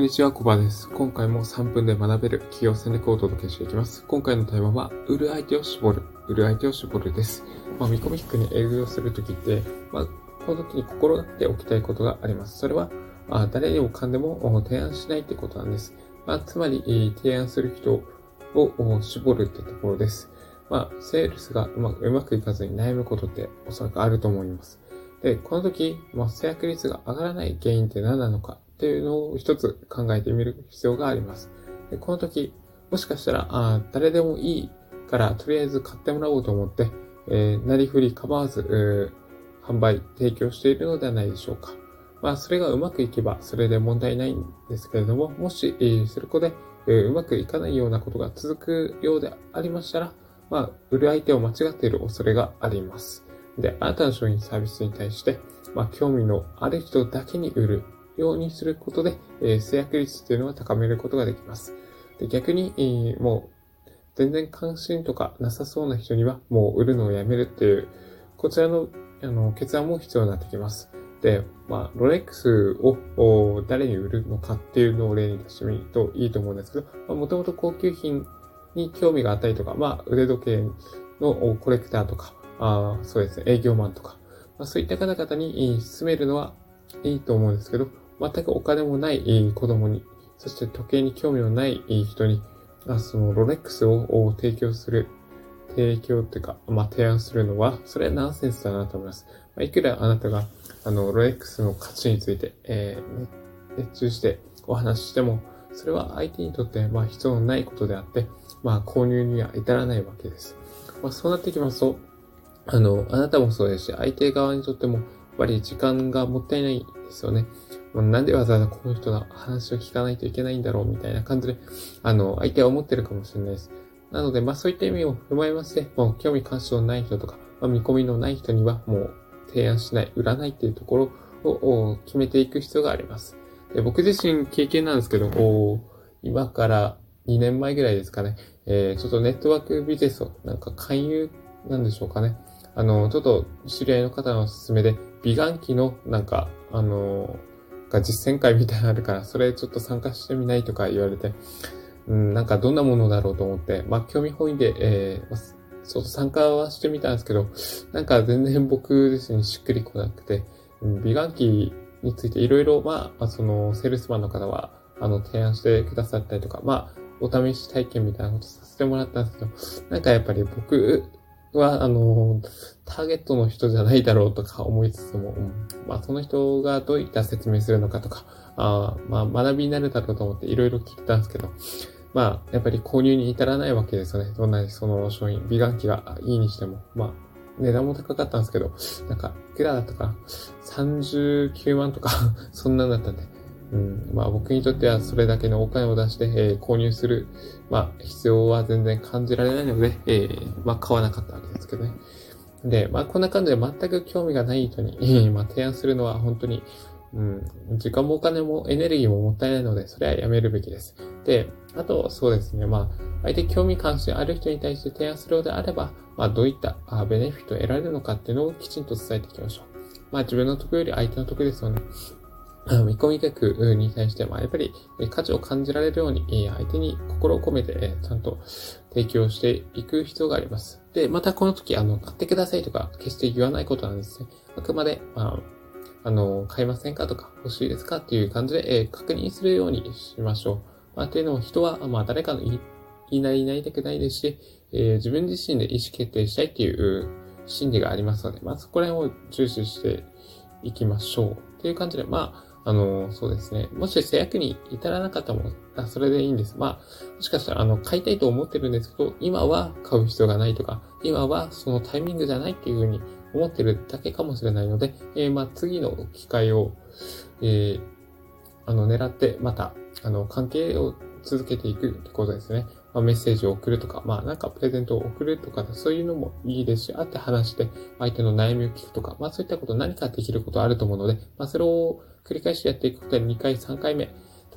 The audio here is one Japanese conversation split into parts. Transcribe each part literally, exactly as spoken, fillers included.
こんにちは、コバです。今回もさんぷんで学べる企業戦略をお届けしていきます。今回のテーマは、売る相手を絞る、売る相手を絞るです。まあ、見込み低に営業するときって、まあ、この時に心がけておきたいことがあります。それは、あ誰にもかんでも提案しないってことなんです。まあ、つまり、提案する人を絞るってところです。まあ、セールスがうまくうまくいかずに悩むことっておそらくあると思います。で、この時、まあ、制約率が上がらない原因って何なのかっていうのを一つ考えてみる必要があります。で、この時、もしかしたら、あ誰でもいいから、とりあえず買ってもらおうと思って、えー、なりふり構わず、販売、提供しているのではないでしょうか。まあ、それがうまくいけば、それで問題ないんですけれども、もし、えー、そこで、えー、うまくいかないようなことが続くようでありましたら、まあ、売る相手を間違っている恐れがあります。で、あなたの商品サービスに対して、まあ、興味のある人だけに売るようにすることで、えー、制約率っていうのは高めることができます。で、逆に、えー、もう、全然関心とかなさそうな人には、もう売るのをやめるっていう、こちらの、あの、決断も必要になってきます。で、まあ、ロレックスを誰に売るのかっていうのを例に出してみるといいと思うんですけど、まあ、もともと高級品に興味があったりとか、まあ、腕時計のコレクターとか、あそうですね、営業マンとか、まあ、そういった方々に勧めるのはいいと思うんですけど、全くお金もない子供に、そして時計に興味のない人に、そのロレックスを提供する、提供っていうか、まあ、提案するのは、それはナンセンスだなと思います。まあ、いくらあなたが、あの、ロレックスの価値について、えー、熱中してお話ししても、それは相手にとって、まあ、必要のないことであって、まあ、購入には至らないわけです。まあ、そうなってきますと、あの、あなたもそうですし、相手側にとっても、やっぱり時間がもったいないんですよね。なんでわざわざこの人の話を聞かないといけないんだろうみたいな感じで、あの、相手は思ってるかもしれないです。なので、まあそういった意味を踏まえまして、もう興味関心のない人とか、まあ、見込みのない人にはもう提案しない、売らないっていうところを決めていく必要があります。で僕自身経験なんですけど、今からにねんまえぐらいですかね、えー、ちょっとネットワークビジネスをなんか勧誘なんでしょうかね。あの、ちょっと知り合いの方のおすすめで、美顔器のなんか、あの、が実践会みたいなのあるから、それちょっと参加してみないとか言われて、うん、なんかどんなものだろうと思って、まあ興味本位で、えー、ちょっと参加はしてみたんですけど、なんか全然僕自身しっくりこなくて、うん、美顔器についていろいろ、まあ、その、セールスマンの方は、あの、提案してくださったりとか、まあ、お試し体験みたいなことさせてもらったんですけど、なんかやっぱり僕は、あの、ターゲットの人じゃないだろうとか思いつつも、うん、まあ、その人がどういった説明するのかとか、あまあ、学びになるだろうと思っていろいろ聞いたんですけど、まあ、やっぱり購入に至らないわけですよね。どんなにその商品、美顔器がいいにしても。まあ、値段も高かったんですけど、なんか、いくらだったかな ?さんじゅうきゅうまんとかそんなんだったんで。うん、まあ僕にとってはそれだけのお金を出して、えー、購入する、まあ必要は全然感じられないので、えー、まあ買わなかったわけですけどね。で、まあこんな感じで全く興味がない人に、えー、まあ提案するのは本当に、うん、時間もお金もエネルギーももったいないので、それはやめるべきです。で、あと、そうですね。まあ、相手興味関心ある人に対して提案するのであれば、まあ、どういったベネフィットを得られるのかっていうのをきちんと伝えていきましょう。まあ、自分の得より相手の得ですよね。見込み客に対しては、やっぱり価値を感じられるように、相手に心を込めて、ちゃんと提供していく必要があります。で、またこの時、あの、買ってくださいとか、決して言わないことなんですね。あくまで、まあ、あの、買いませんかとか、欲しいですかっていう感じで、えー、確認するようにしましょう。まあ、というのも人は、まあ、誰かの言い、言いなりになりたくないですし、えー、自分自身で意思決定したいっていう心理がありますので、まあ、そこら辺を重視していきましょう。っていう感じで、まあ、あの、そうですね。もし制約に至らなかったもの、あそれでいいんです。まあ、もしかしたら、あの、買いたいと思ってるんですけど、今は買う必要がないとか、今はそのタイミングじゃないっていうふうに思ってるだけかもしれないので、えー、まあ、次の機会を、えー、あの、狙って、また、あの、関係を続けていくってことですね。まあ、メッセージを送るとか、まあ、なんかプレゼントを送るとか、そういうのもいいですし、会って話して、相手の悩みを聞くとか、まあ、そういったこと何かできることあると思うので、まあ、それを繰り返しやっていくことでにかい、さんかいめと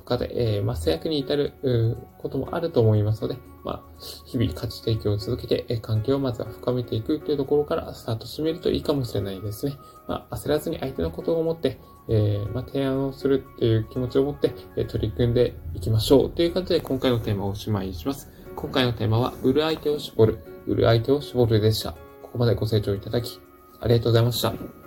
かで、えー、まあ、制約に至ることもあると思いますので、まあ、日々価値提供を続けて、えー、関係をまずは深めていくというところからスタートしてみるといいかもしれないですね。まあ、焦らずに相手のことを思って、えー、まあ、提案をするっていう気持ちを持って、えー、取り組んでいきましょうという感じで今回のテーマをおしまいにします。今回のテーマは、売る相手を絞る、売る相手を絞るでした。ここまでご清聴いただき、ありがとうございました。